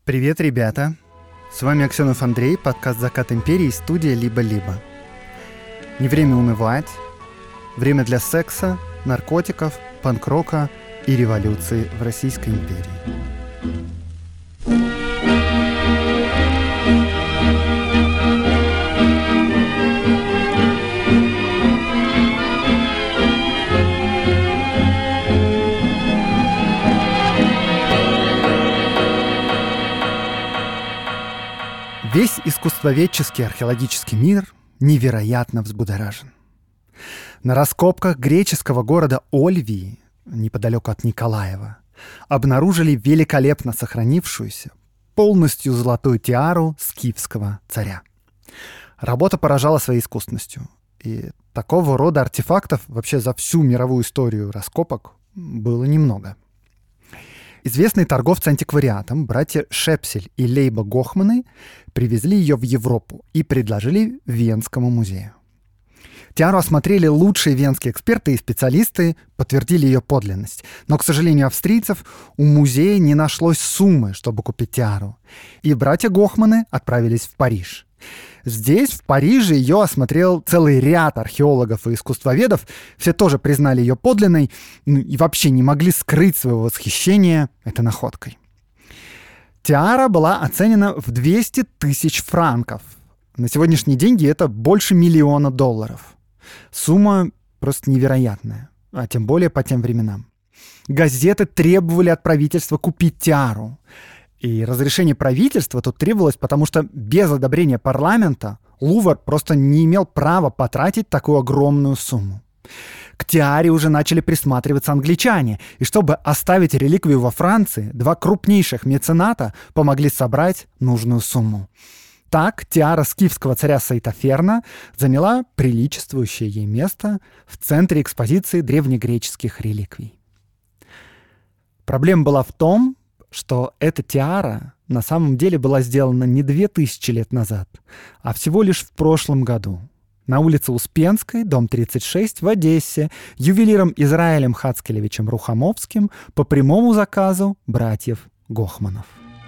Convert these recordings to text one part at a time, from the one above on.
Привет, ребята! С вами Аксенов Андрей, подкаст «Закат империи», студия «Либо-либо». Не время унывать, время для секса, наркотиков, панк-рока и революции в Российской империи. Весь искусствоведческий археологический мир невероятно взбудоражен. На раскопках греческого города Ольвии, неподалеку от Николаева, обнаружили великолепно сохранившуюся, полностью золотую тиару скифского царя. Работа поражала своей искусностью, и такого рода артефактов вообще за всю мировую историю раскопок было немного. Известные торговцы антиквариатом, братья Шепсель и Лейба Гохманы, привезли ее в Европу и предложили Венскому музею. Тиару осмотрели лучшие венские эксперты и специалисты, подтвердили ее подлинность. Но, к сожалению, австрийцев у музея не нашлось суммы, чтобы купить тиару. И братья Гохманы отправились в Париж. Здесь, в Париже, ее осмотрел целый ряд археологов и искусствоведов. Все тоже признали ее подлинной и вообще не могли скрыть своего восхищения этой находкой. Тиара была оценена в 200 тысяч франков. На сегодняшние деньги это больше $1 миллиона. Сумма просто невероятная, а тем более по тем временам. Газеты требовали от правительства купить тиару. И разрешение правительства тут требовалось, потому что без одобрения парламента Лувр просто не имел права потратить такую огромную сумму. К тиаре уже начали присматриваться англичане, и чтобы оставить реликвию во Франции, два крупнейших мецената помогли собрать нужную сумму. Так тиара скифского царя Сейтоферна заняла приличествующее ей место в центре экспозиции древнегреческих реликвий. Проблема была в том, что эта тиара на самом деле была сделана не 2000 лет назад, а всего лишь в прошлом году. На улице Успенской, дом 36, в Одессе, ювелиром Израилем Хацкелевичем Рухомовским по прямому заказу братьев Гохманов.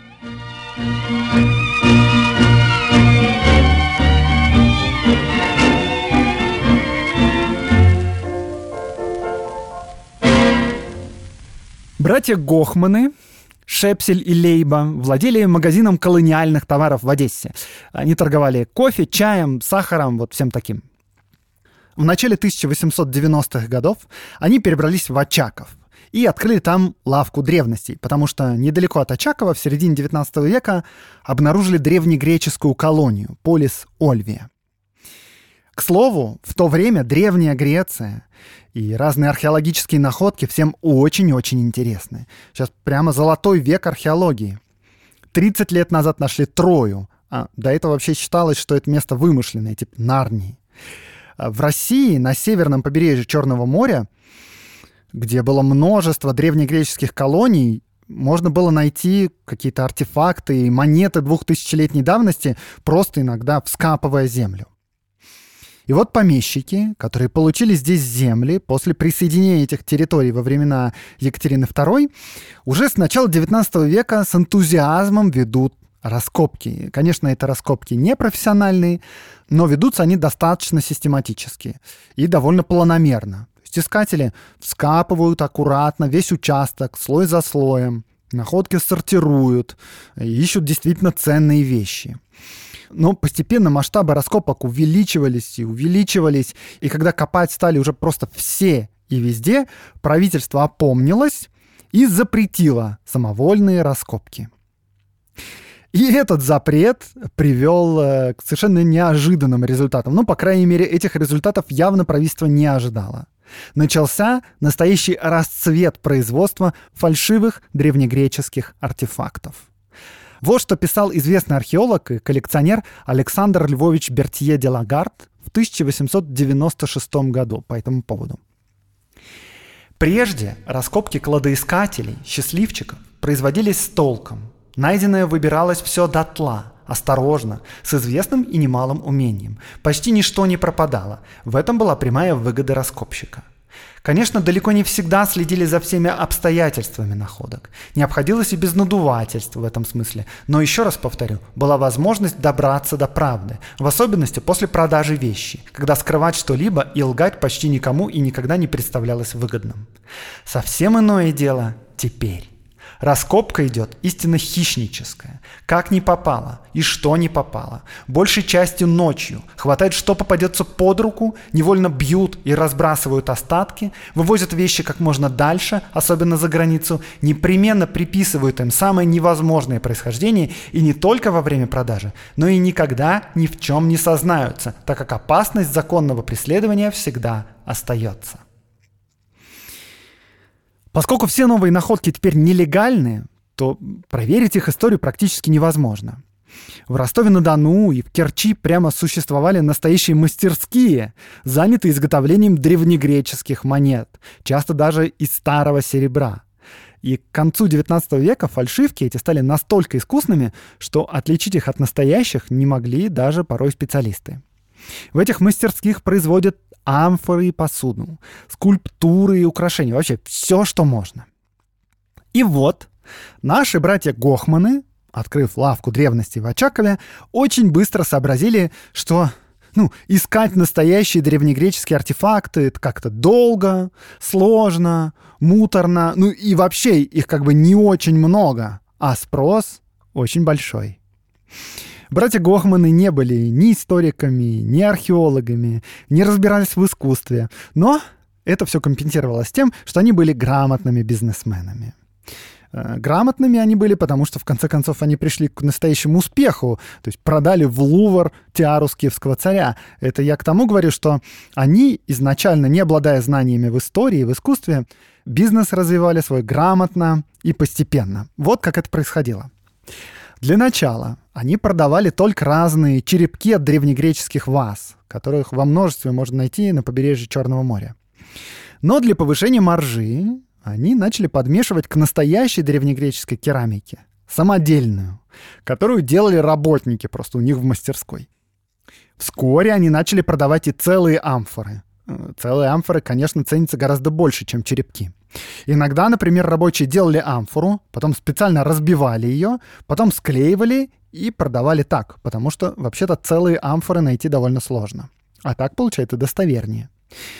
Братья Гохманы, Шепсель и Лейба, владели магазином колониальных товаров в Одессе. Они торговали кофе, чаем, сахаром, вот всем таким. В начале 1890-х годов они перебрались в Очаков и открыли там лавку древностей, потому что недалеко от Очакова в середине XIX века обнаружили древнегреческую колонию, полис Ольвия. К слову, в то время Древняя Греция и разные археологические находки всем очень-очень интересны. Сейчас прямо золотой век археологии. 30 лет назад нашли Трою, а до этого вообще считалось, что это место вымышленное, типа Нарнии. В России на северном побережье Черного моря, где было множество древнегреческих колоний, можно было найти какие-то артефакты и монеты 2000-летней давности, просто иногда вскапывая землю. И вот помещики, которые получили здесь земли после присоединения этих территорий во времена Екатерины II, уже с начала XIX века с энтузиазмом ведут раскопки. Конечно, это раскопки не профессиональные, но ведутся они достаточно систематически и довольно планомерно. То есть искатели вскапывают аккуратно весь участок, слой за слоем, находки сортируют, ищут действительно ценные вещи. Но постепенно масштабы раскопок увеличивались, и когда копать стали уже просто все и везде, правительство опомнилось и запретило самовольные раскопки. И этот запрет привел к совершенно неожиданным результатам. Ну, по крайней мере, этих результатов явно правительство не ожидало. Начался настоящий расцвет производства фальшивых древнегреческих артефактов. Вот что писал известный археолог и коллекционер Александр Львович Бертье де Лагард в 1896 году по этому поводу. Прежде раскопки кладоискателей, счастливчиков, производились с толком. Найденное выбиралось все дотла, осторожно, с известным и немалым умением. Почти ничто не пропадало. В этом была прямая выгода раскопщика. Конечно, далеко не всегда следили за всеми обстоятельствами находок. Не обходилось и без надувательств в этом смысле. Но еще раз повторю, была возможность добраться до правды, в особенности после продажи вещи, когда скрывать что-либо и лгать почти никому и никогда не представлялось выгодным. Совсем иное дело теперь. Раскопка идет истинно хищническая. Как ни попало и что ни попало. Большей частью ночью. Хватает, что попадется под руку, невольно бьют и разбрасывают остатки, вывозят вещи как можно дальше, особенно за границу, непременно приписывают им самое невозможное происхождение и не только во время продажи, но и никогда ни в чем не сознаются, так как опасность законного преследования всегда остается. Поскольку все новые находки теперь нелегальные, то проверить их историю практически невозможно. В Ростове-на-Дону и в Керчи прямо существовали настоящие мастерские, занятые изготовлением древнегреческих монет, часто даже из старого серебра. И к концу XIX века фальшивки эти стали настолько искусными, что отличить их от настоящих не могли даже порой специалисты. В этих мастерских производят амфоры и посуду, скульптуры и украшения, вообще все, что можно. И вот наши братья Гохманы, открыв лавку древностей в Очакове, очень быстро сообразили, что искать настоящие древнегреческие артефакты это как-то долго, сложно, муторно, и вообще их как бы не очень много, а спрос очень большой. Братья Гохманы не были ни историками, ни археологами, не разбирались в искусстве, но это все компенсировалось тем, что они были грамотными бизнесменами. Грамотными они были, потому что в конце концов они пришли к настоящему успеху, то есть продали в Лувр тиару скифского царя. Это я к тому говорю, что они изначально, не обладая знаниями в истории и в искусстве, бизнес развивали свой грамотно и постепенно. Вот как это происходило. Для начала они продавали только разные черепки от древнегреческих ваз, которых во множестве можно найти на побережье Черного моря. Но для повышения маржи они начали подмешивать к настоящей древнегреческой керамике, самодельную, которую делали работники просто у них в мастерской. Вскоре они начали продавать и целые амфоры. Целые амфоры, конечно, ценятся гораздо больше, чем черепки. Иногда, например, рабочие делали амфору, потом специально разбивали ее, потом склеивали и продавали так, потому что вообще-то целые амфоры найти довольно сложно. А так получается достовернее.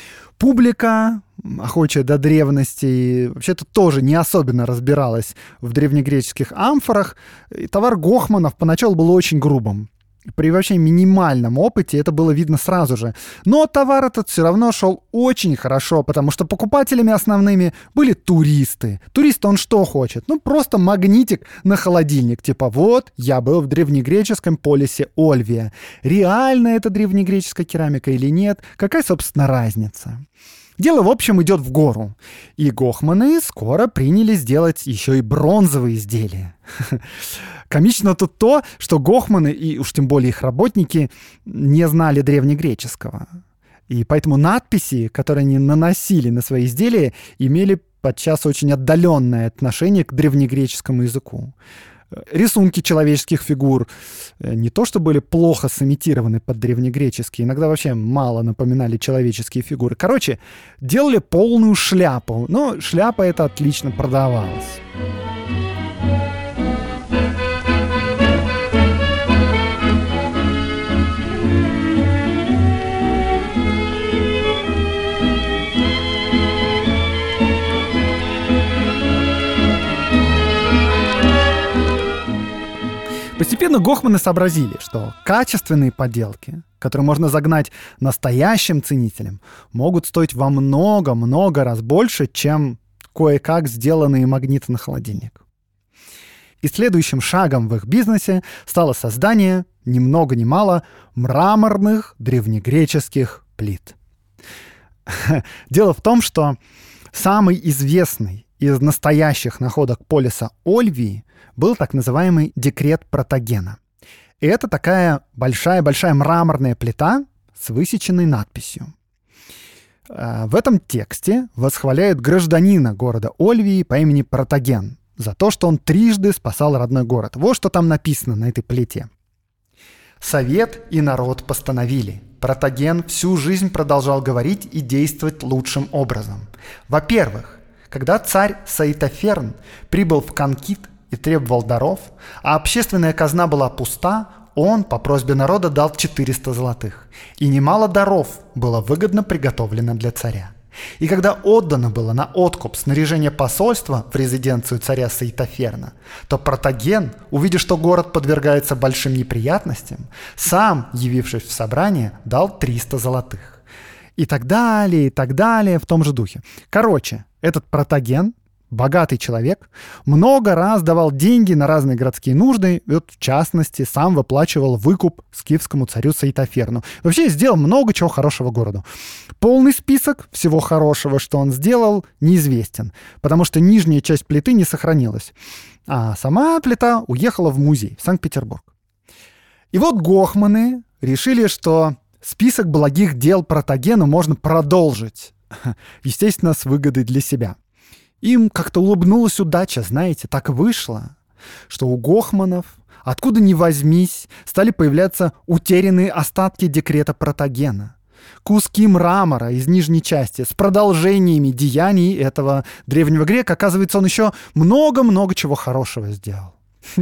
Публика, охочая до древностей, вообще-то тоже не особенно разбиралась в древнегреческих амфорах. И товар Гохманов поначалу был очень грубым. При вообще минимальном опыте это было видно сразу же. Но товар этот все равно шел очень хорошо, потому что покупателями основными были туристы. Турист он что хочет? Просто магнитик на холодильник. Типа вот, я был в древнегреческом полисе Ольвия. Реально это древнегреческая керамика или нет? Какая, собственно, разница? Дело, в общем, идет в гору. И Гохманы скоро принялись делать еще и бронзовые изделия. Комично тут то, что Гохманы, и уж тем более их работники, не знали древнегреческого. И поэтому надписи, которые они наносили на свои изделия, имели подчас очень отдаленное отношение к древнегреческому языку. Рисунки человеческих фигур не то что были плохо сымитированы под древнегреческие, иногда вообще мало напоминали человеческие фигуры. Короче, делали полную шляпу, но шляпа эта отлично продавалась. Постепенно Гохманы сообразили, что качественные поделки, которые можно загнать настоящим ценителям, могут стоить во много-много раз больше, чем кое-как сделанные магниты на холодильник. И следующим шагом в их бизнесе стало создание, ни много ни мало, мраморных древнегреческих плит. Дело в том, что самый известный из настоящих находок полиса Ольвии был так называемый декрет Протагена. И это такая большая-большая мраморная плита с высеченной надписью. В этом тексте восхваляют гражданина города Ольвии по имени Протаген за то, что он трижды спасал родной город. Вот что там написано на этой плите. «Совет и народ постановили Протаген всю жизнь продолжал говорить и действовать лучшим образом. Во-первых, когда царь Саитоферн прибыл в Канкит и требовал даров, а общественная казна была пуста, он по просьбе народа дал 400 золотых. И немало даров было выгодно приготовлено для царя. И когда отдано было на откуп снаряжение посольства в резиденцию царя Саитоферна, то Протаген, увидев, что город подвергается большим неприятностям, сам, явившись в собрание, дал 300 золотых. И так далее, в том же духе. Короче, этот Протаген, богатый человек, много раз давал деньги на разные городские нужды, и вот, в частности, сам выплачивал выкуп скифскому царю Саитоферну. Вообще сделал много чего хорошего городу. Полный список всего хорошего, что он сделал, неизвестен, потому что нижняя часть плиты не сохранилась, а сама плита уехала в музей в Санкт-Петербург. И вот гохманы решили, что список благих дел Протагена можно продолжить, естественно, с выгодой для себя. Им как-то улыбнулась удача, знаете, так вышло, что у гохманов, откуда ни возьмись, стали появляться утерянные остатки декрета Протагена. Куски мрамора из нижней части с продолжениями деяний этого древнего грека. Оказывается, он еще много-много чего хорошего сделал.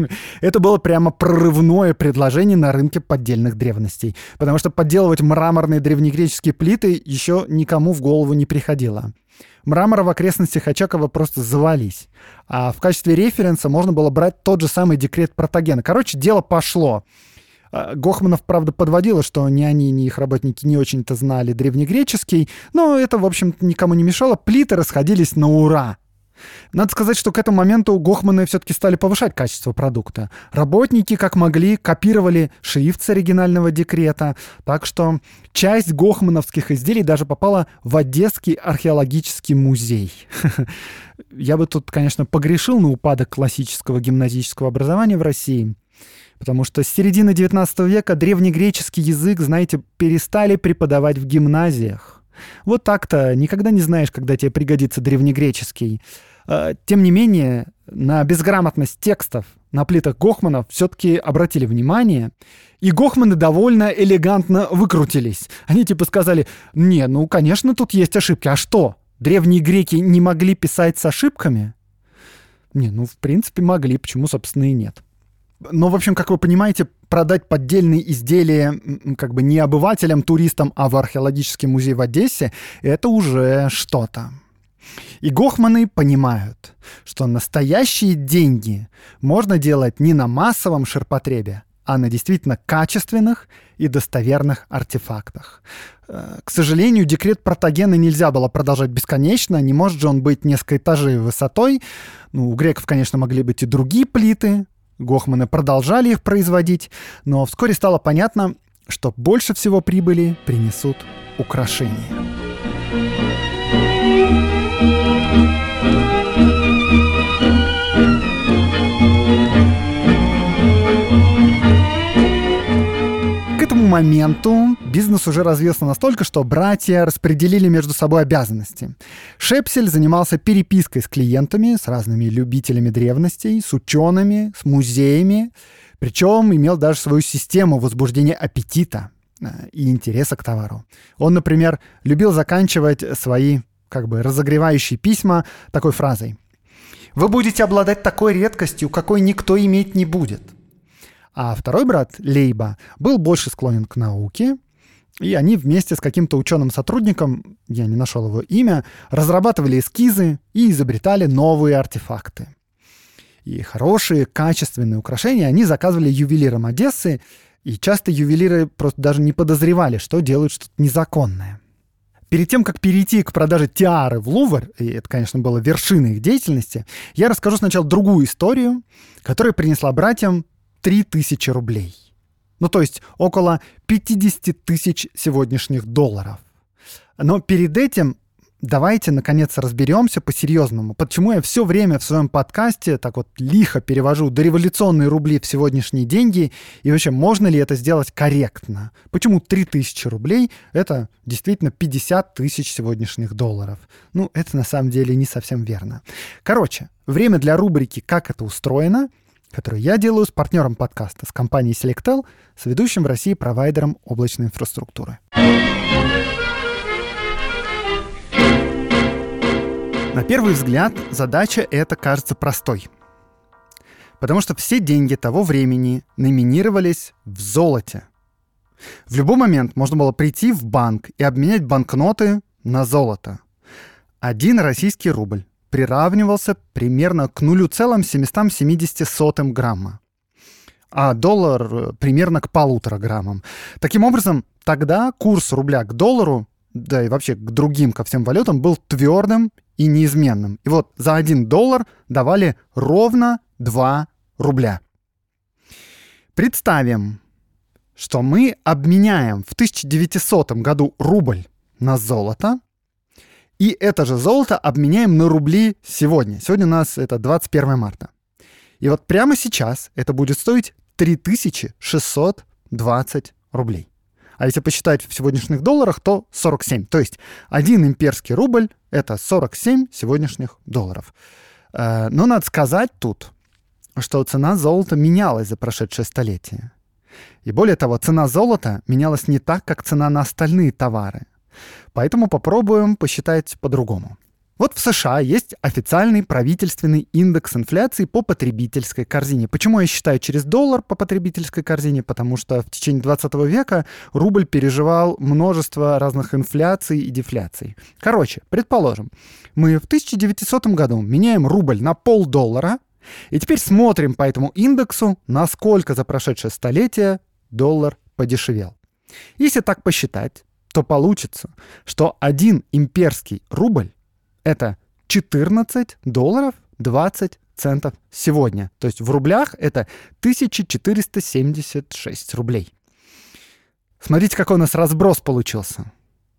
Это было прямо прорывное предложение на рынке поддельных древностей, потому что подделывать мраморные древнегреческие плиты еще никому в голову не приходило. Мрамора в окрестностях Очакова просто завались. А в качестве референса можно было брать тот же самый декрет Протагена. Короче, дело пошло. Гохманов, правда, подводило, что ни они, ни их работники не очень-то знали древнегреческий, но это, в общем-то, никому не мешало. Плиты расходились на ура. Надо сказать, что к этому моменту гохманы все-таки стали повышать качество продукта. Работники, как могли, копировали шрифт с оригинального декрета, так что часть гохмановских изделий даже попала в Одесский археологический музей. Я бы тут, конечно, погрешил на упадок классического гимназического образования в России, потому что с середины XIX века древнегреческий язык, знаете, перестали преподавать в гимназиях. Вот так-то никогда не знаешь, когда тебе пригодится древнегреческий. Тем не менее, на безграмотность текстов на плитах гохманов все-таки обратили внимание, и гохманы довольно элегантно выкрутились. Они типа сказали: «Не, ну, конечно, тут есть ошибки. А что, древние греки не могли писать с ошибками?» Не, ну, в принципе, могли. Почему, собственно, и нет? Но, в общем, как вы понимаете, продать поддельные изделия как бы не обывателям, туристам, а в археологический музей в Одессе — это уже что-то. И гохманы понимают, что настоящие деньги можно делать не на массовом ширпотребе, а на действительно качественных и достоверных артефактах. К сожалению, декрет Протагена нельзя было продолжать бесконечно, не может же он быть несколько этажей высотой. Ну, у греков, конечно, могли быть и другие плиты. Гохманы продолжали их производить, но вскоре стало понятно, что больше всего прибыли принесут украшения. К этому моменту бизнес уже развился настолько, что братья распределили между собой обязанности. Шепсель занимался перепиской с клиентами, с разными любителями древностей, с учеными, с музеями, причем имел даже свою систему возбуждения аппетита и интереса к товару. Он, например, любил заканчивать свои как бы разогревающие письма такой фразой: «Вы будете обладать такой редкостью, какой никто иметь не будет». А второй брат, Лейба, был больше склонен к науке, и они вместе с каким-то ученым-сотрудником, я не нашел его имя, разрабатывали эскизы и изобретали новые артефакты. И хорошие, качественные украшения они заказывали ювелирам Одессы, и часто ювелиры просто даже не подозревали, что делают что-то незаконное. Перед тем, как перейти к продаже тиары в Лувр, и это, конечно, было вершиной их деятельности, я расскажу сначала другую историю, которая принесла братьям 3000 рублей. Ну, то есть около 50 тысяч сегодняшних долларов. Но перед этим давайте, наконец, разберемся по-серьезному, почему я все время в своем подкасте так вот лихо перевожу дореволюционные рубли в сегодняшние деньги, и вообще, можно ли это сделать корректно? Почему 3000 рублей — это действительно 50 тысяч сегодняшних долларов? Ну, это на самом деле не совсем верно. Короче, время для рубрики «Как это устроено» которую я делаю с партнером подкаста, с компанией Selectel, с ведущим в России провайдером облачной инфраструктуры. На первый взгляд задача эта кажется простой. Потому что все деньги того времени номинировались в золоте. В любой момент можно было прийти в банк и обменять банкноты на золото. 1 российский рубль приравнивался примерно к 0,770 грамма, а доллар примерно к 1,5 граммам. Таким образом, тогда курс рубля к доллару, да и вообще к другим, ко всем валютам, был твердым и неизменным. И вот за 1 доллар давали ровно 2 рубля. Представим, что мы обменяем в 1900 году рубль на золото, и это же золото обменяем на рубли сегодня. Сегодня у нас это 21 марта. И вот прямо сейчас это будет стоить 3620 рублей. А если посчитать в сегодняшних долларах, то 47. То есть 1 имперский рубль — это 47 сегодняшних долларов. Но надо сказать тут, что цена золота менялась за прошедшее столетие. И более того, цена золота менялась не так, как цена на остальные товары. Поэтому попробуем посчитать по-другому. Вот в США есть официальный правительственный индекс инфляции по потребительской корзине. Почему я считаю через доллар по потребительской корзине? Потому что в течение 20 века рубль переживал множество разных инфляций и дефляций. Короче, предположим, мы в 1900 году меняем рубль на $0,50, и теперь смотрим по этому индексу, насколько за прошедшее столетие доллар подешевел. Если так посчитать, то получится, что 1 имперский рубль — это $14.20 сегодня. То есть в рублях это 1476 рублей. Смотрите, какой у нас разброс получился.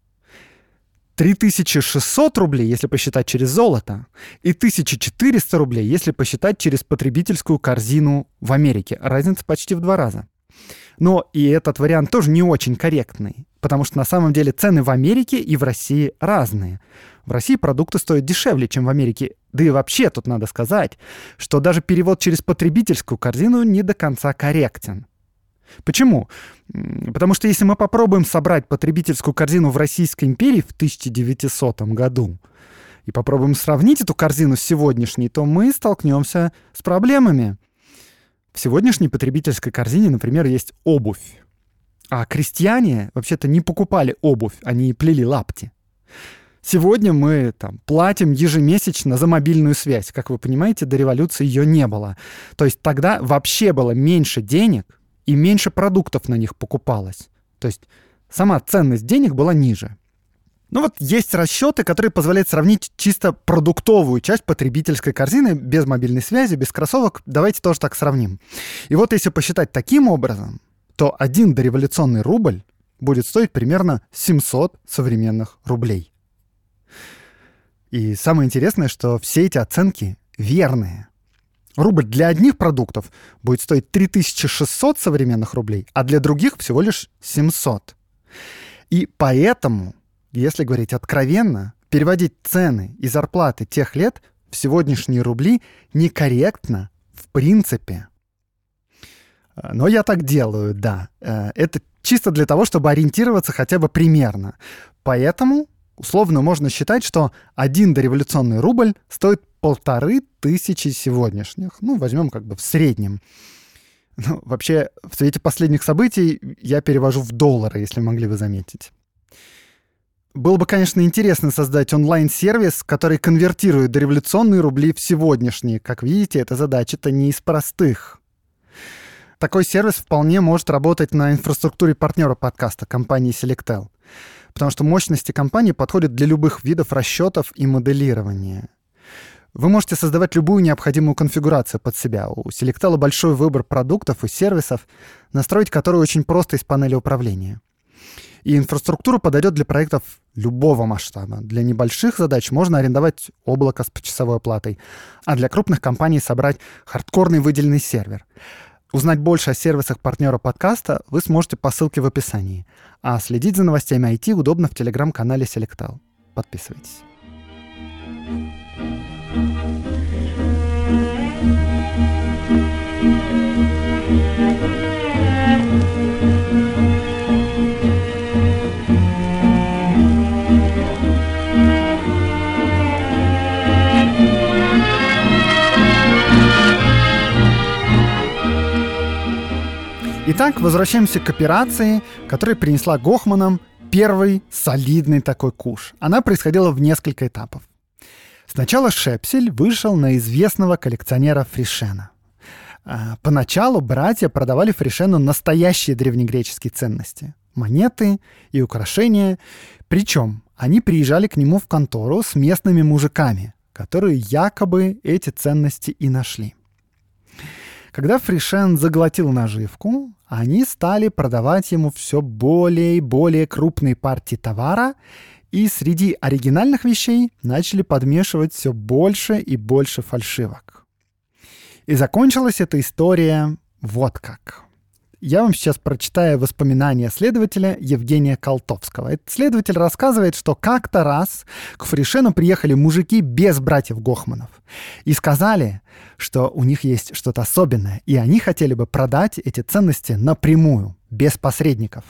3600 рублей, если посчитать через золото, и 1400 рублей, если посчитать через потребительскую корзину в Америке. Разница почти в 2 раза. Но и этот вариант тоже не очень корректный, потому что на самом деле цены в Америке и в России разные. В России продукты стоят дешевле, чем в Америке. Да и вообще тут надо сказать, что даже перевод через потребительскую корзину не до конца корректен. Почему? Потому что если мы попробуем собрать потребительскую корзину в Российской империи в 1900 году и попробуем сравнить эту корзину с сегодняшней, то мы столкнемся с проблемами. В сегодняшней потребительской корзине, например, есть обувь. А крестьяне вообще-то не покупали обувь, они плели лапти. Сегодня мы платим ежемесячно за мобильную связь. Как вы понимаете, до революции ее не было. То есть тогда вообще было меньше денег и меньше продуктов на них покупалось. То есть сама ценность денег была ниже. Ну вот есть расчеты, которые позволяют сравнить чисто продуктовую часть потребительской корзины без мобильной связи, без кроссовок. Давайте тоже так сравним. И вот если посчитать таким образом, то 1 дореволюционный рубль будет стоить примерно 700 современных рублей. И самое интересное, что все эти оценки верные. Рубль для одних продуктов будет стоить 3600 современных рублей, а для других всего лишь 700. И поэтому, если говорить откровенно, переводить цены и зарплаты тех лет в сегодняшние рубли некорректно в принципе. Но я так делаю, да. Это чисто для того, чтобы ориентироваться хотя бы примерно. Поэтому условно можно считать, что 1 дореволюционный рубль стоит 1500 сегодняшних. Ну, возьмем в среднем. Ну, вообще, в свете последних событий я перевожу в доллары, если могли вы заметить. Было бы, конечно, интересно создать онлайн-сервис, который конвертирует дореволюционные рубли в сегодняшние. Как видите, эта задача-то не из простых. Такой сервис вполне может работать на инфраструктуре партнера подкаста, компании Selectel. Потому что мощности компании подходят для любых видов расчетов и моделирования. Вы можете создавать любую необходимую конфигурацию под себя. У Selectel большой выбор продуктов и сервисов, настроить которые очень просто из панели управления. И инфраструктура подойдет для проектов любого масштаба. Для небольших задач можно арендовать облако с почасовой оплатой, а для крупных компаний собрать хардкорный выделенный сервер. Узнать больше о сервисах партнера подкаста вы сможете по ссылке в описании. А следить за новостями IT удобно в телеграм-канале Selectel. Подписывайтесь. Итак, возвращаемся к операции, которая принесла Гохманам первый солидный такой куш. Она происходила в несколько этапов. Сначала Шепсель вышел на известного коллекционера Фришена. Поначалу братья продавали Фришену настоящие древнегреческие ценности – монеты и украшения. Причем они приезжали к нему в контору с местными мужиками, которые якобы эти ценности и нашли. Когда Фришен заглотил наживку, они стали продавать ему все более и более крупные партии товара, и среди оригинальных вещей начали подмешивать все больше и больше фальшивок. И закончилась эта история вот как. Я вам сейчас прочитаю воспоминания следователя Евгения Колтовского. Этот следователь рассказывает, что как-то раз к Фришену приехали мужики без братьев Гохманов и сказали, что у них есть что-то особенное, и они хотели бы продать эти ценности напрямую, без посредников.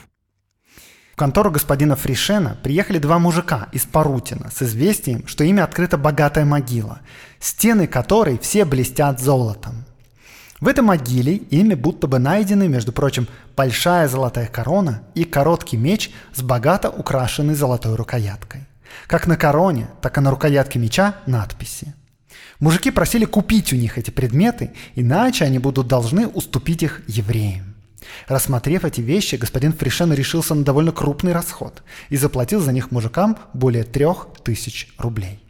В контору господина Фришена приехали два мужика из Парутина с известием, что ими открыта богатая могила, стены которой все блестят золотом. В этой могиле ими будто бы найдены, между прочим, большая золотая корона и короткий меч с богато украшенной золотой рукояткой. Как на короне, так и на рукоятке меча надписи. Мужики просили купить у них эти предметы, иначе они будут должны уступить их евреям. Рассмотрев эти вещи, господин Фришен решился на довольно крупный расход и заплатил за них мужикам более 3000 рублей.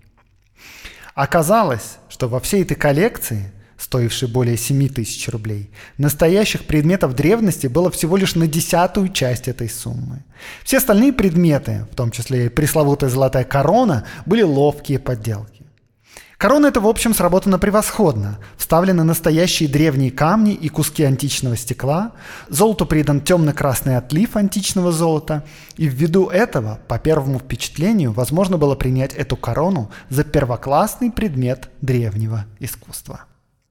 Оказалось, что во всей этой коллекции, стоившей более 7000 рублей, настоящих предметов древности было всего лишь на 10-ую часть этой суммы. Все остальные предметы, в том числе и пресловутая золотая корона, были ловкие подделки. Корона эта, в общем, сработана превосходно. Вставлены настоящие древние камни и куски античного стекла, золоту придан темно-красный отлив античного золота, и ввиду этого, по первому впечатлению, возможно было принять эту корону за первоклассный предмет древнего искусства.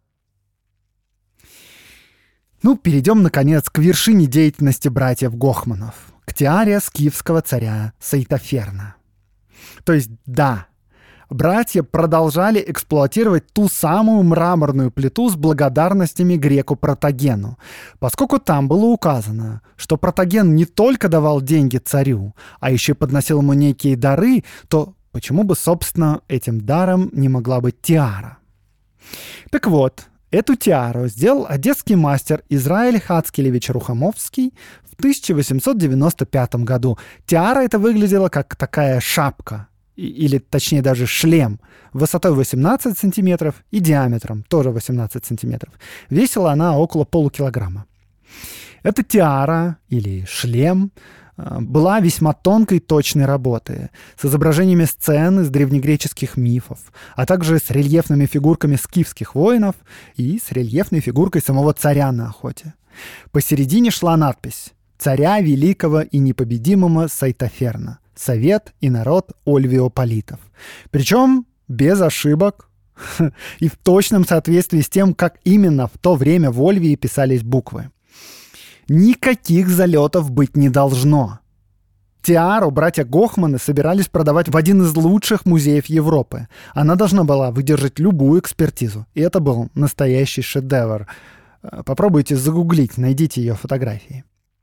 Перейдем, наконец, к вершине деятельности братьев Гохманов, к тиаре скифского царя Сейтоферна. То есть, да, братья продолжали эксплуатировать ту самую мраморную плиту с благодарностями греку Протагену, поскольку там было указано, что Протаген не только давал деньги царю, а еще подносил ему некие дары, то почему бы, собственно, этим даром не могла быть тиара? Так вот, эту тиару сделал одесский мастер Израиль Хацкелевич Рухомовский в 1895 году. Тиара эта выглядела как такая шапка, или точнее даже шлем, высотой 18 сантиметров и диаметром тоже 18 сантиметров. Весила она около полукилограмма. Эта тиара или шлем была весьма тонкой, точной работы, с изображениями сцен из древнегреческих мифов, а также с рельефными фигурками скифских воинов и с рельефной фигуркой самого царя на охоте. Посередине шла надпись «Царя великого и непобедимого Сейтоферна. Совет и народ ольвиополитов». Причем без ошибок и в точном соответствии с тем, как именно в то время в Ольвии писались буквы. Никаких залетов быть не должно. Тиару братья Гохманы собирались продавать в один из лучших музеев Европы. Она должна была выдержать любую экспертизу. И это был настоящий шедевр. Попробуйте загуглить, найдите ее фотографии.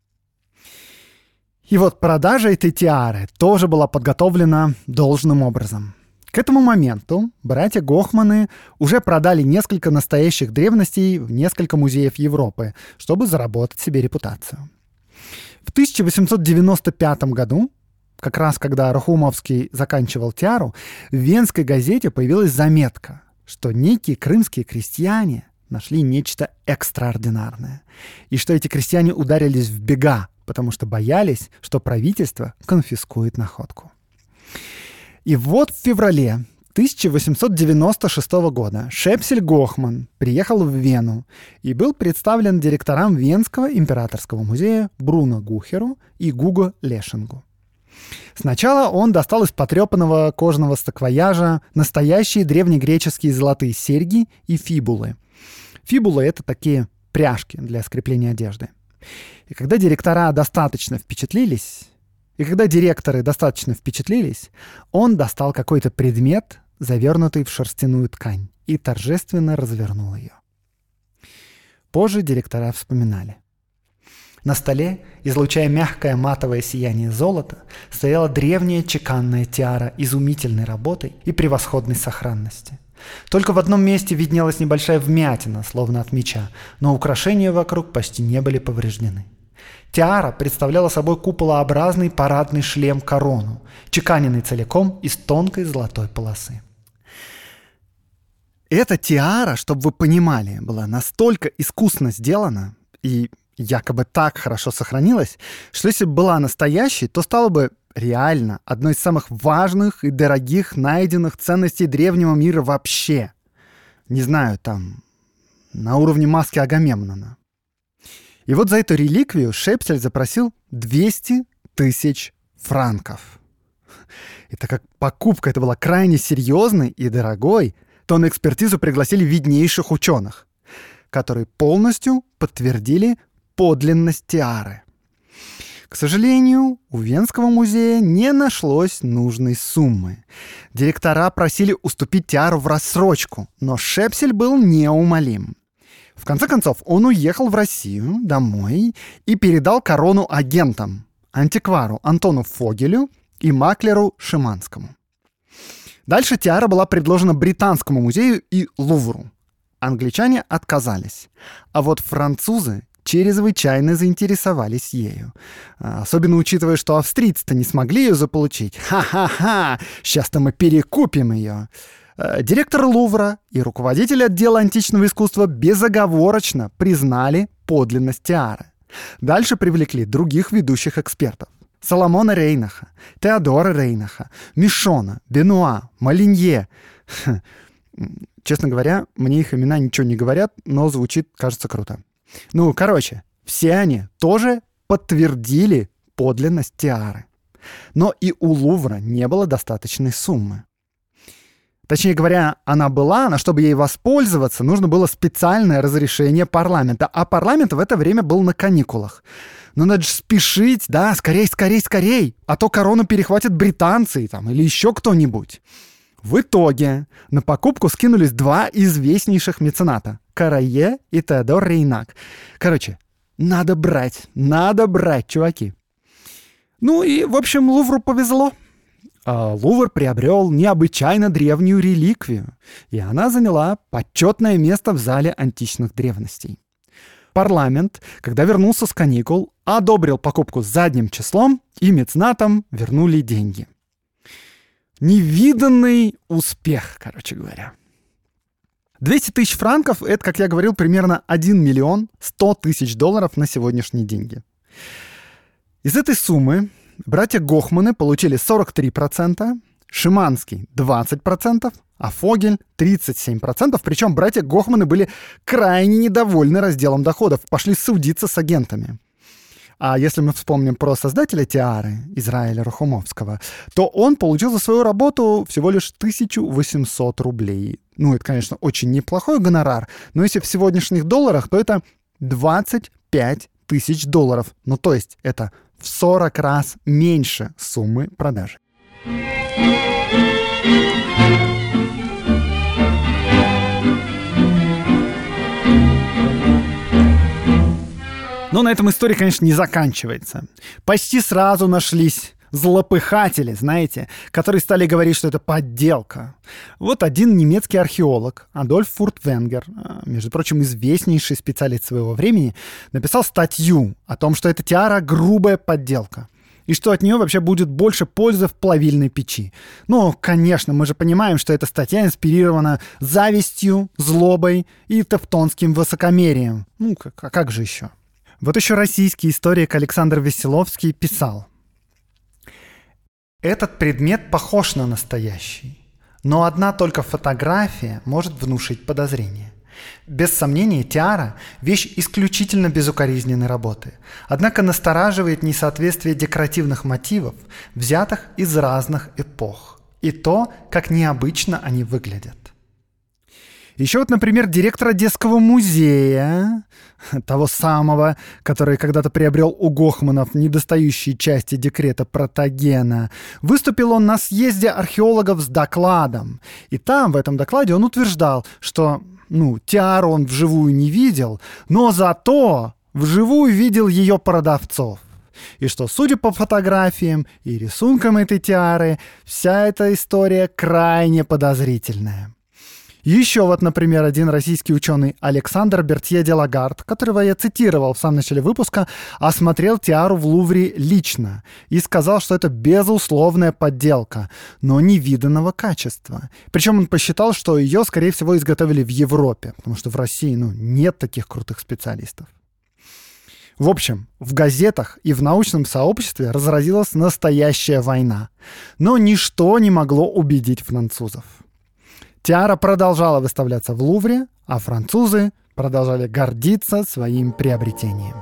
И вот продажа этой тиары тоже была подготовлена должным образом. К этому моменту братья Гохманы уже продали несколько настоящих древностей в несколько музеев Европы, чтобы заработать себе репутацию. В 1895 году, как раз когда Рухомовский заканчивал тиару, в Венской газете появилась заметка, что некие крымские крестьяне нашли нечто экстраординарное, и что эти крестьяне ударились в бега, потому что боялись, что правительство конфискует находку. И вот в феврале 1896 года Шепсель Гохман приехал в Вену и был представлен директорам Венского императорского музея Бруно Гухеру и Гуго Лешингу. Сначала он достал из потрепанного кожаного саквояжа настоящие древнегреческие золотые серьги и фибулы. Фибулы — это такие пряжки для скрепления одежды. И когда директоры достаточно впечатлились, он достал какой-то предмет, завернутый в шерстяную ткань, и торжественно развернул ее. Позже директора вспоминали. На столе, излучая мягкое матовое сияние золота, стояла древняя чеканная тиара изумительной работы и превосходной сохранности. Только в одном месте виднелась небольшая вмятина, словно от меча, но украшения вокруг почти не были повреждены. Тиара представляла собой куполообразный парадный шлем-корону, чеканенный целиком из тонкой золотой полосы. Эта тиара, чтобы вы понимали, была настолько искусно сделана и якобы так хорошо сохранилась, что если бы была настоящей, то стала бы реально одной из самых важных и дорогих найденных ценностей древнего мира вообще. Не знаю, там, на уровне маски Агамемнона. И вот за эту реликвию Шепсель запросил 200 тысяч франков. И так как покупка эта была крайне серьезной и дорогой, то на экспертизу пригласили виднейших ученых, которые полностью подтвердили подлинность тиары. К сожалению, у Венского музея не нашлось нужной суммы. Директора просили уступить тиару в рассрочку, но Шепсель был неумолим. В конце концов, он уехал в Россию домой и передал корону агентам, антиквару Антону Фогелю и маклеру Шиманскому. Дальше тиара была предложена Британскому музею и Лувру. Англичане отказались, а вот французы чрезвычайно заинтересовались ею. Особенно учитывая, что австрийцы-то не смогли ее заполучить. Ха-ха-ха! Сейчас-то мы перекупим ее. Директор Лувра и руководитель отдела античного искусства безоговорочно признали подлинность тиары. Дальше привлекли других ведущих экспертов. Соломона Рейнаха, Теодора Рейнаха, Мишона, Бенуа, Малинье. Честно говоря, мне их имена ничего не говорят, но звучит, кажется, круто. Все они тоже подтвердили подлинность тиары. Но и у Лувра не было достаточной суммы. Точнее говоря, она была, но чтобы ей воспользоваться, нужно было специальное разрешение парламента. А парламент в это время был на каникулах. Ну, надо же спешить, да, скорей, а то корону перехватят британцы там, или еще кто-нибудь. В итоге на покупку скинулись два известнейших мецената — Карае и Теодор Рейнак. Надо брать, чуваки. В общем, Лувру повезло. Лувр приобрел необычайно древнюю реликвию, и она заняла почетное место в зале античных древностей. Парламент, когда вернулся с каникул, одобрил покупку задним числом, и меценатам вернули деньги. Невиданный успех, короче говоря. 200 тысяч франков — это, как я говорил, примерно 1 миллион 100 тысяч долларов на сегодняшние деньги. Из этой суммы братья Гохманы получили 43%, Шиманский 20%, а Фогель 37%. Причем братья Гохманы были крайне недовольны разделом доходов, пошли судиться с агентами. А если мы вспомним про создателя тиары, Израиля Рахумовского, то он получил за свою работу всего лишь 1800 рублей. Это, конечно, очень неплохой гонорар, но если в сегодняшних долларах, то это 25 тысяч долларов. То есть это в 40 раз меньше суммы продажи. Но на этом история, конечно, не заканчивается. Почти сразу нашлись злопыхатели, знаете, которые стали говорить, что это подделка. Вот один немецкий археолог, Адольф Фуртвенгер, между прочим, известнейший специалист своего времени, написал статью о том, что эта тиара — грубая подделка. И что от нее вообще будет больше пользы в плавильной печи. Конечно, мы же понимаем, что эта статья инспирирована завистью, злобой и тевтонским высокомерием. Как же еще? Вот еще российский историк Александр Веселовский писал: «Этот предмет похож на настоящий, но одна только фотография может внушить подозрение. Без сомнения, тиара – вещь исключительно безукоризненной работы, однако настораживает несоответствие декоративных мотивов, взятых из разных эпох, и то, как необычно они выглядят». Еще например, директор Одесского музея, того самого, который когда-то приобрел у Гохманов недостающие части декрета Протагена, выступил он на съезде археологов с докладом. И там, в этом докладе, он утверждал, что тиару он вживую не видел, но зато вживую видел ее продавцов. И что, судя по фотографиям и рисункам этой тиары, вся эта история крайне подозрительная. Еще вот, например, один российский ученый Александр Бертье-де-Лагард, которого я цитировал в самом начале выпуска, осмотрел тиару в Лувре лично и сказал, что это безусловная подделка, но невиданного качества. Причем он посчитал, что ее, скорее всего, изготовили в Европе, потому что в России нет таких крутых специалистов. В общем, в газетах и в научном сообществе разразилась настоящая война, но ничто не могло убедить французов. Тиара продолжала выставляться в Лувре, а французы продолжали гордиться своим приобретением.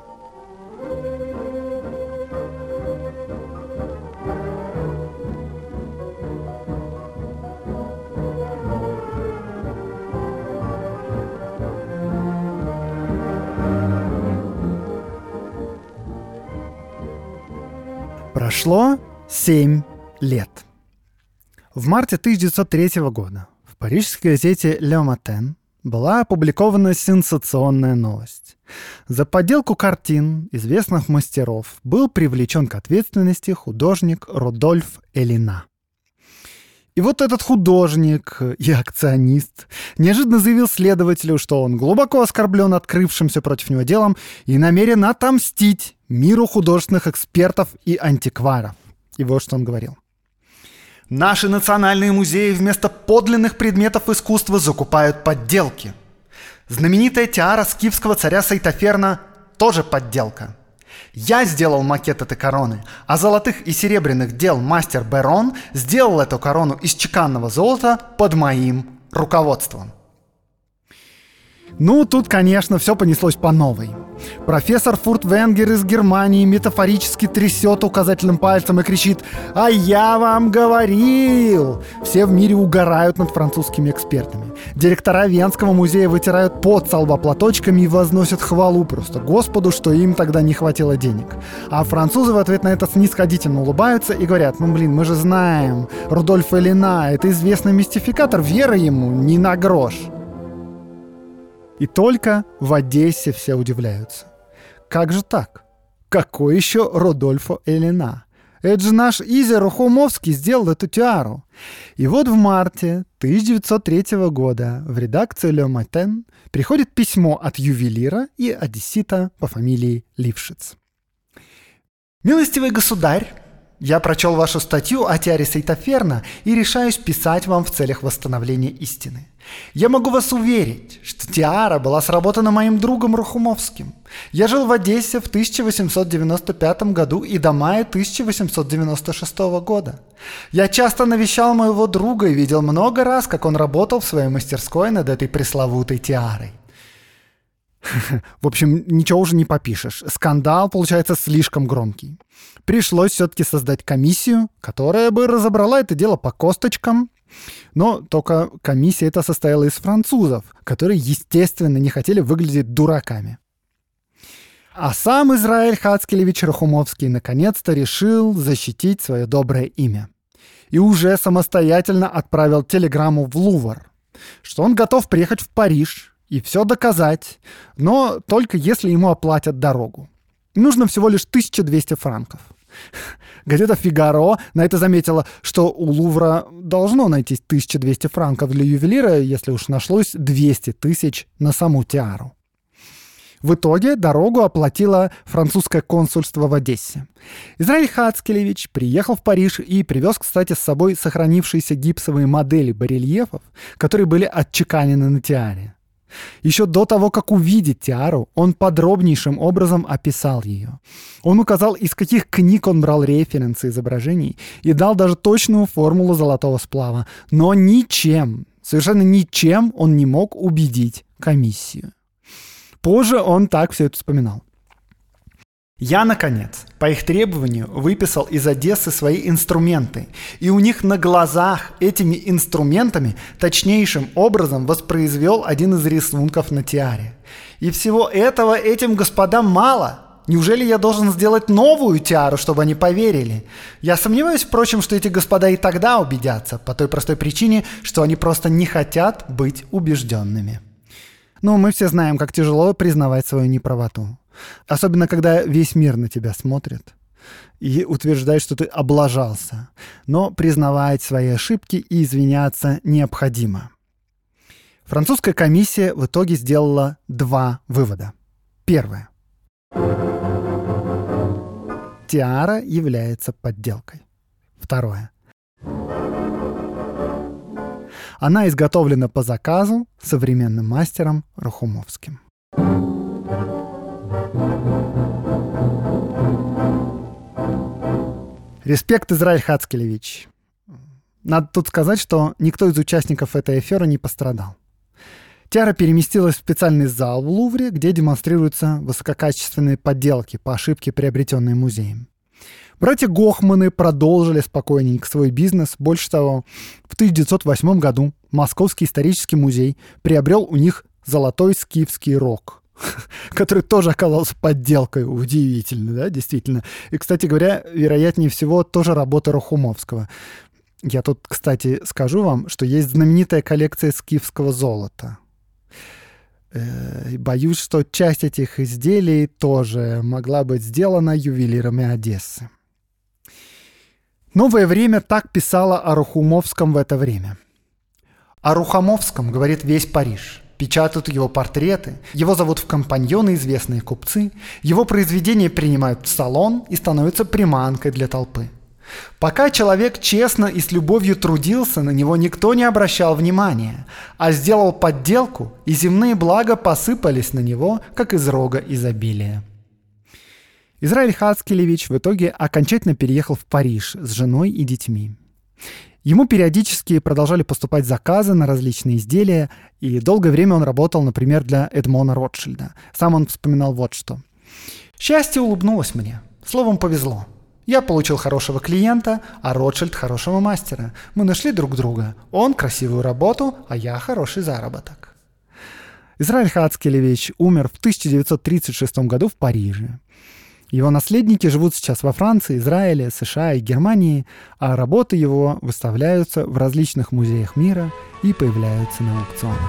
Прошло 7 лет. В марте 1903 года в парижской газете «Le Matin» была опубликована сенсационная новость. За подделку картин известных мастеров был привлечен к ответственности художник Рудольф Элина. И вот этот художник и акционист неожиданно заявил следователю, что он глубоко оскорблен открывшимся против него делом и намерен отомстить миру художественных экспертов и антикваров. И вот что он говорил. Наши национальные музеи вместо подлинных предметов искусства закупают подделки. Знаменитая тиара скифского царя Сейтоферна тоже подделка. Я сделал макет этой короны, а золотых и серебряных дел мастер Берон сделал эту корону из чеканного золота под моим руководством. Ну, тут, конечно, все понеслось по новой. Профессор Фуртвенгер из Германии метафорически трясет указательным пальцем и кричит: «А я вам говорил!» Все в мире угорают над французскими экспертами. Директора Венского музея вытирают пот со лба платочками и возносят хвалу просто Господу, что им тогда не хватило денег. А французы в ответ на это снисходительно улыбаются и говорят: мы же знаем, Рудольф Элина — это известный мистификатор, вера ему не на грош. И только в Одессе все удивляются. Как же так? Какой еще Рудольфо Элина? Это же наш Изя Рухомовский сделал эту тиару. И вот в марте 1903 года в редакцию «Le Matin» приходит письмо от ювелира и одессита по фамилии Лившиц. «Милостивый государь, я прочел вашу статью о тиаре Сейтоферна и решаюсь писать вам в целях восстановления истины. Я могу вас уверить, что тиара была сработана моим другом Рухомовским. Я жил в Одессе в 1895 году и до мая 1896 года. Я часто навещал моего друга и видел много раз, как он работал в своей мастерской над этой пресловутой тиарой». В общем, ничего уже не попишешь. Скандал получается слишком громкий. Пришлось все-таки создать комиссию, которая бы разобрала это дело по косточкам. Но только комиссия эта состояла из французов, которые, естественно, не хотели выглядеть дураками. А сам Израиль Хацкелевич Рухомовский наконец-то решил защитить свое доброе имя. И уже самостоятельно отправил телеграмму в Лувр, что он готов приехать в Париж и все доказать, но только если ему оплатят дорогу. Нужно всего лишь 1200 франков. Газета «Фигаро» на это заметила, что у Лувра должно найтись 1200 франков для ювелира, если уж нашлось 200 тысяч на саму тиару. В итоге дорогу оплатило французское консульство в Одессе. Израиль Хацкелевич приехал в Париж и привез, кстати, с собой сохранившиеся гипсовые модели барельефов, которые были отчеканены на тиаре. Еще до того, как увидеть тиару, он подробнейшим образом описал ее. Он указал, из каких книг он брал референсы изображений и дал даже точную формулу золотого сплава. Но ничем, совершенно ничем он не мог убедить комиссию. Позже он так все это вспоминал. Я, наконец, по их требованию выписал из Одессы свои инструменты, и у них на глазах этими инструментами точнейшим образом воспроизвел один из рисунков на тиаре. И всего этого этим господам мало. Неужели я должен сделать новую тиару, чтобы они поверили? Я сомневаюсь, впрочем, что эти господа и тогда убедятся, по той простой причине, что они просто не хотят быть убежденными. Ну, мы все знаем, как тяжело признавать свою неправоту. Особенно, когда весь мир на тебя смотрит и утверждает, что ты облажался. Но признавать свои ошибки и извиняться необходимо. Французская комиссия в итоге сделала 2 вывода. Первое. Тиара является подделкой. Второе. Она изготовлена по заказу современным мастером Рахумовским. Респект, Израиль Хацкелевич. Надо тут сказать, что никто из участников этой аферы не пострадал. Тиара переместилась в специальный зал в Лувре, где демонстрируются высококачественные подделки, по ошибке приобретенные музеем. Братья Гохманы продолжили спокойненько свой бизнес. Больше того, в 1908 году Московский исторический музей приобрел у них золотой скифский рог, который тоже оказался подделкой. Удивительно, да, действительно. И, кстати говоря, вероятнее всего, тоже работа Рахумовского. Я тут, кстати, скажу вам, что есть знаменитая коллекция скифского золота. Боюсь, что часть этих изделий тоже могла быть сделана ювелирами Одессы. «Новое время» так писало о Рахумовском в это время. О Рахумовском говорит весь Париж. Печатают его портреты, его зовут в компаньоны известные купцы, его произведения принимают в салон и становятся приманкой для толпы. Пока человек честно и с любовью трудился, на него никто не обращал внимания, а сделал подделку, и земные блага посыпались на него, как из рога изобилия. Израиль Хацкелевич в итоге окончательно переехал в Париж с женой и детьми. Ему периодически продолжали поступать заказы на различные изделия, и долгое время он работал, например, для Эдмона Ротшильда. Сам он вспоминал вот что. «Счастье улыбнулось мне. Словом, повезло. Я получил хорошего клиента, а Ротшильд хорошего мастера. Мы нашли друг друга. Он красивую работу, а я хороший заработок». Израиль Хацкелевич умер в 1936 году в Париже. Его наследники живут сейчас во Франции, Израиле, США и Германии, а работы его выставляются в различных музеях мира и появляются на аукционах.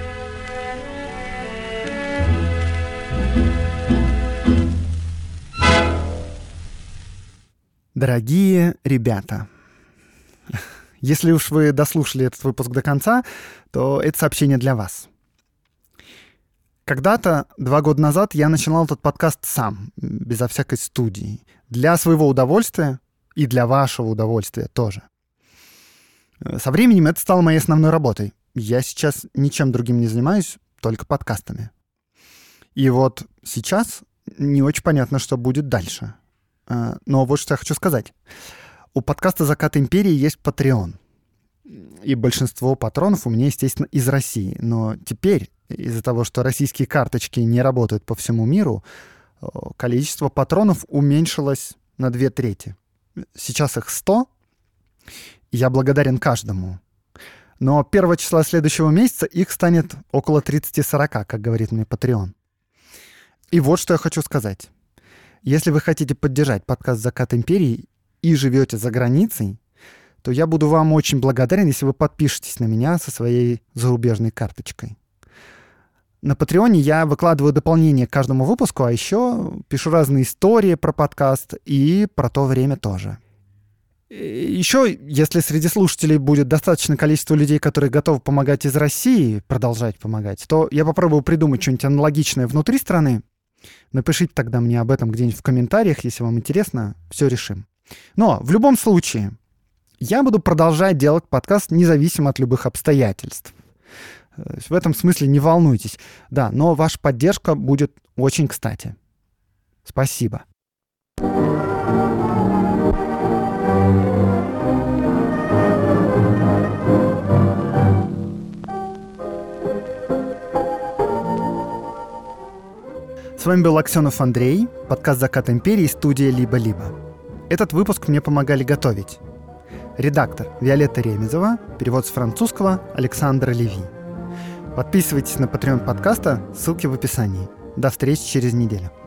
Дорогие ребята, если уж вы дослушали этот выпуск до конца, то это сообщение для вас. Когда-то, 2 года назад, я начинал этот подкаст сам, безо всякой студии. Для своего удовольствия и для вашего удовольствия тоже. Со временем это стало моей основной работой. Я сейчас ничем другим не занимаюсь, только подкастами. И вот сейчас не очень понятно, что будет дальше. Но вот что я хочу сказать. У подкаста «Закат империи» есть Patreon. И большинство патронов у меня, естественно, из России. Но теперь, из-за того, что российские карточки не работают по всему миру, количество патронов уменьшилось на 2/3. Сейчас их 100. Я благодарен каждому. Но 1 числа следующего месяца их станет около 30-40, как говорит мне Patreon. И вот что я хочу сказать. Если вы хотите поддержать подкаст «Закат империи» и живете за границей, то я буду вам очень благодарен, если вы подпишетесь на меня со своей зарубежной карточкой. На Патреоне я выкладываю дополнения к каждому выпуску, а еще пишу разные истории про подкаст и про то время тоже. Еще, если среди слушателей будет достаточное количество людей, которые готовы помогать из России, продолжать помогать, то я попробую придумать что-нибудь аналогичное внутри страны. Напишите тогда мне об этом где-нибудь в комментариях, если вам интересно, все решим. Но в любом случае, я буду продолжать делать подкаст независимо от любых обстоятельств. В этом смысле не волнуйтесь. Да, но ваша поддержка будет очень кстати. Спасибо. С вами был Аксенов Андрей, подкаст «Закат империи», студия «Либо-либо». Этот выпуск мне помогали готовить. Редактор Виолетта Ремезова, перевод с французского Александра Леви. Подписывайтесь на Patreon подкаста, ссылки в описании. До встречи через неделю.